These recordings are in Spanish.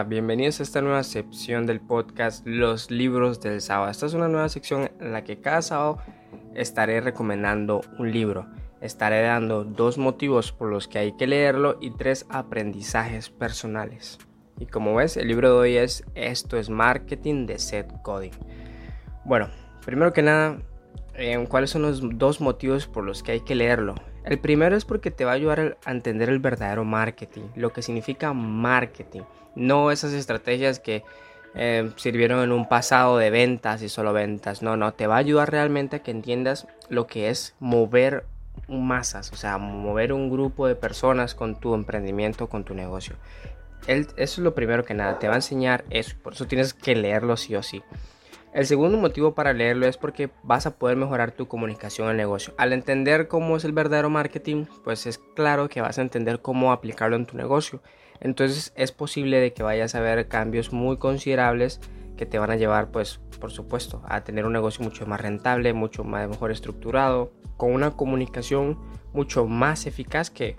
bienvenidos a esta nueva sección del podcast Los Libros del Sábado. Esta es una nueva sección en la que cada sábado estaré recomendando un libro. Estaré dando 2 motivos por los que hay que leerlo y 3 aprendizajes personales. Y como ves, el libro de hoy es Esto es Marketing de Seth Godin. Bueno, primero que nada, ¿cuáles son los 2 motivos por los que hay que leerlo? El primero es porque te va a ayudar a entender el verdadero marketing, lo que significa marketing, no esas estrategias que sirvieron en un pasado de ventas y solo ventas. No, te va a ayudar realmente a que entiendas lo que es mover masas, o sea, mover un grupo de personas con tu emprendimiento, con tu negocio. Eso es lo primero que nada, te va a enseñar eso, por eso tienes que leerlo sí o sí. El segundo motivo para leerlo es porque vas a poder mejorar tu comunicación en el negocio. Al entender cómo es el verdadero marketing, pues es claro que vas a entender cómo aplicarlo en tu negocio. Entonces es posible de que vayas a ver cambios muy considerables que te van a llevar, pues, por supuesto, a tener un negocio mucho más rentable, mucho más mejor estructurado, con una comunicación mucho más eficaz que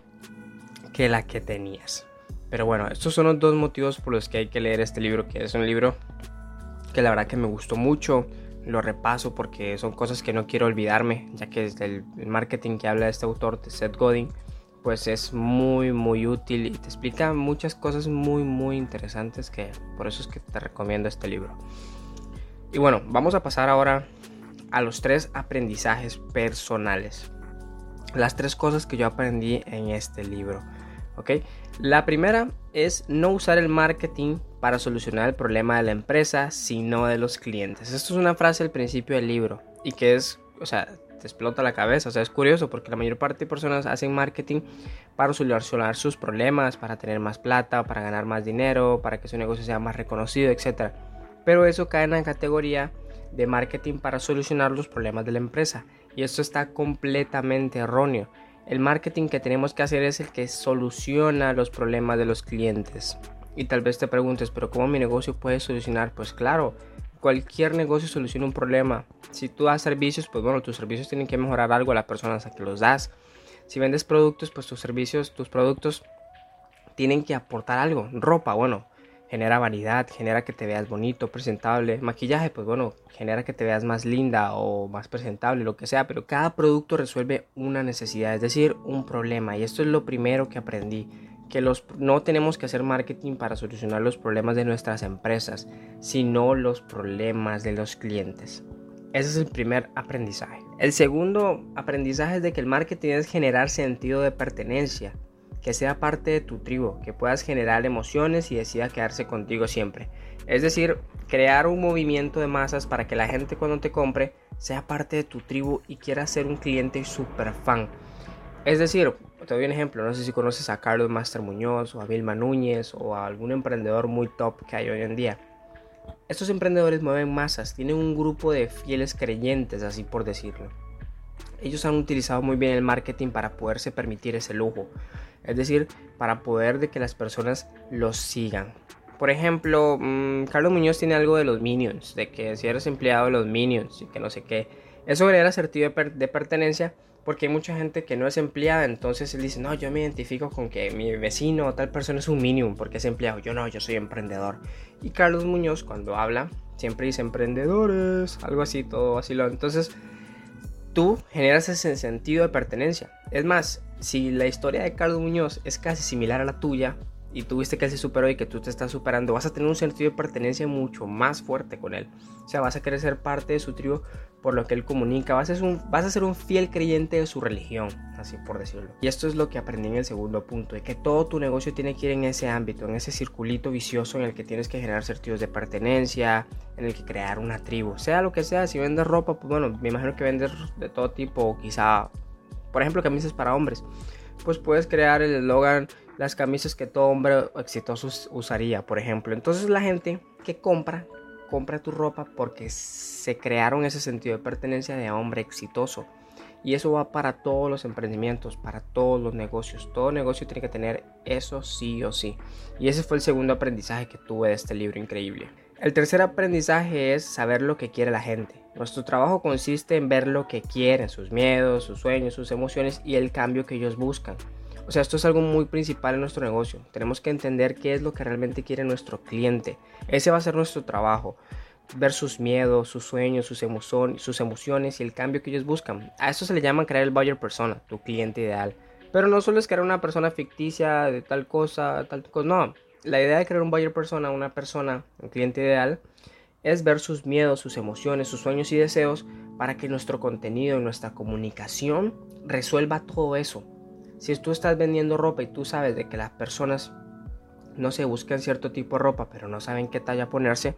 la que tenías. Pero bueno, estos son los 2 motivos por los que hay que leer este libro, que es un libro que la verdad que me gustó mucho. Lo repaso porque son cosas que no quiero olvidarme, ya que el marketing que habla de este autor, de Seth Godin, pues es muy útil y te explica muchas cosas muy interesantes, que por eso es que te recomiendo este libro. Y bueno, vamos a pasar ahora a los 3 aprendizajes personales, las 3 cosas que yo aprendí en este libro. ¿Ok? La primera es no usar el marketing para solucionar el problema de la empresa, sino de los clientes. Esto es una frase al principio del libro y que es, o sea, te explota la cabeza. O sea, es curioso porque la mayor parte de personas hacen marketing para solucionar sus problemas, para tener más plata, para ganar más dinero, para que su negocio sea más reconocido, etc. Pero eso cae en la categoría de marketing para solucionar los problemas de la empresa, y esto está completamente erróneo. El marketing que tenemos que hacer es el que soluciona los problemas de los clientes. Y tal vez te preguntes, ¿pero cómo mi negocio puede solucionar? Pues claro, cualquier negocio soluciona un problema. Si tú das servicios, pues bueno, tus servicios tienen que mejorar algo a las personas a que los das. Si vendes productos, pues tus productos tienen que aportar algo. Ropa, bueno, genera vanidad, genera que te veas bonito, presentable. Maquillaje, pues bueno, genera que te veas más linda o más presentable, lo que sea. Pero cada producto resuelve una necesidad, es decir, un problema. Y esto es lo primero que aprendí, que no tenemos que hacer marketing para solucionar los problemas de nuestras empresas, sino los problemas de los clientes. Ese es el primer aprendizaje. El segundo aprendizaje es de que el marketing es generar sentido de pertenencia, que sea parte de tu tribu, que puedas generar emociones y decida quedarse contigo siempre. Es decir, crear un movimiento de masas para que la gente cuando te compre sea parte de tu tribu y quiera ser un cliente super fan. Es decir, te doy un ejemplo, no sé si conoces a Carlos Master Muñoz o a Vilma Núñez o a algún emprendedor muy top que hay hoy en día. Estos emprendedores mueven masas, tienen un grupo de fieles creyentes, así por decirlo. Ellos han utilizado muy bien el marketing para poderse permitir ese lujo, es decir, para poder de que las personas los sigan. Por ejemplo, Carlos Muñoz tiene algo de los Minions, de que si eres empleado de los Minions y que no sé qué. Eso genera sentido de pertenencia porque hay mucha gente que no es empleada, entonces él dice, no, yo me identifico con que mi vecino o tal persona es un Minion porque es empleado, yo no, yo soy emprendedor. Y Carlos Muñoz cuando habla siempre dice emprendedores, algo así, todo vacilón. Entonces tú generas ese sentido de pertenencia. Es más, si la historia de Carlos Muñoz es casi similar a la tuya y tú viste que él se superó y que tú te estás superando, vas a tener un sentido de pertenencia mucho más fuerte con él. O sea, vas a querer ser parte de su tribu por lo que él comunica, vas a ser un fiel creyente de su religión, así por decirlo. Y esto es lo que aprendí en el segundo punto, de que todo tu negocio tiene que ir en ese ámbito, en ese circulito vicioso en el que tienes que generar sentidos de pertenencia, en el que crear una tribu, sea lo que sea. Si vendes ropa, pues bueno, me imagino que vendes de todo tipo, o quizá, por ejemplo, camisas para hombres, pues puedes crear el eslogan, las camisas que todo hombre exitoso usaría, por ejemplo. Entonces la gente que compra tu ropa porque se crearon ese sentido de pertenencia de hombre exitoso. Y eso va para todos los emprendimientos, para todos los negocios. Todo negocio tiene que tener eso sí o sí. Y ese fue el segundo aprendizaje que tuve de este libro increíble. El tercer aprendizaje es saber lo que quiere la gente. Nuestro trabajo consiste en ver lo que quieren, sus miedos, sus sueños, sus emociones y el cambio que ellos buscan. O sea, esto es algo muy principal en nuestro negocio. Tenemos que entender qué es lo que realmente quiere nuestro cliente. Ese va a ser nuestro trabajo. Ver sus miedos, sus sueños, sus emociones y el cambio que ellos buscan. A eso se le llama crear el buyer persona, tu cliente ideal. Pero no solo es crear una persona ficticia de tal cosa, no. La idea de crear un buyer persona, un cliente ideal, es ver sus miedos, sus emociones, sus sueños y deseos para que nuestro contenido, nuestra comunicación resuelva todo eso. Si tú estás vendiendo ropa y tú sabes de que las personas, no sé, buscan cierto tipo de ropa, pero no saben qué talla ponerse,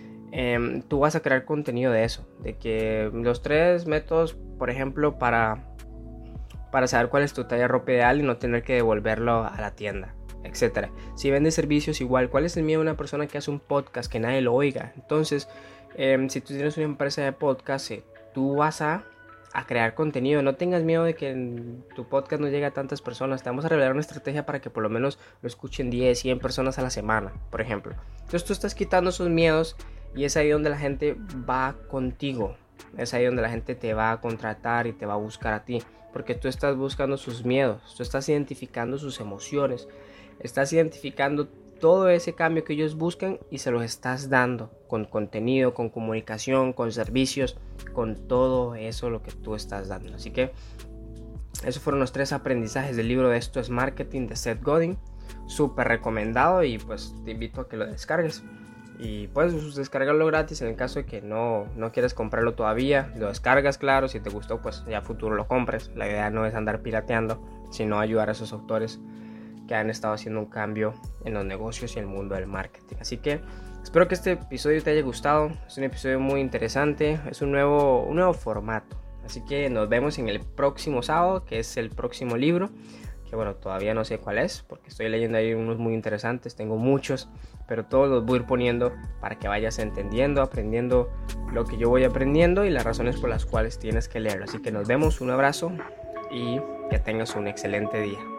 tú vas a crear contenido de eso, de que los 3 métodos, por ejemplo, para saber cuál es tu talla de ropa ideal y no tener que devolverlo a la tienda, etcétera. Si vendes servicios, igual, ¿cuál es el miedo de una persona que hace un podcast que nadie lo oiga? Entonces, si tú tienes una empresa de podcast, tú vas a crear contenido. No tengas miedo de que tu podcast no llegue a tantas personas. Te vamos a revelar una estrategia para que por lo menos lo escuchen 10, 100 personas a la semana, por ejemplo. Entonces tú estás quitando esos miedos y es ahí donde la gente va contigo. Es ahí donde la gente te va a contratar y te va a buscar a ti, porque tú estás buscando sus miedos, tú estás identificando sus emociones, estás identificando todo ese cambio que ellos buscan y se los estás dando con contenido, con comunicación, con servicios, con todo eso lo que tú estás dando. Así que esos fueron los 3 aprendizajes del libro de Esto es Marketing de Seth Godin. Súper recomendado y pues te invito a que lo descargues. Y puedes descargarlo gratis en el caso de que no quieras comprarlo todavía. Lo descargas, claro, si te gustó pues ya a futuro lo compres. La idea no es andar pirateando, sino ayudar a esos autores que han estado haciendo un cambio en los negocios y el mundo del marketing. Así que espero que este episodio te haya gustado. Es un episodio muy interesante, es un nuevo formato. Así que nos vemos en el próximo sábado, que es el próximo libro, que bueno, todavía no sé cuál es, porque estoy leyendo ahí unos muy interesantes, tengo muchos, pero todos los voy a ir poniendo para que vayas entendiendo, aprendiendo lo que yo voy aprendiendo y las razones por las cuales tienes que leerlo. Así que nos vemos, un abrazo y que tengas un excelente día.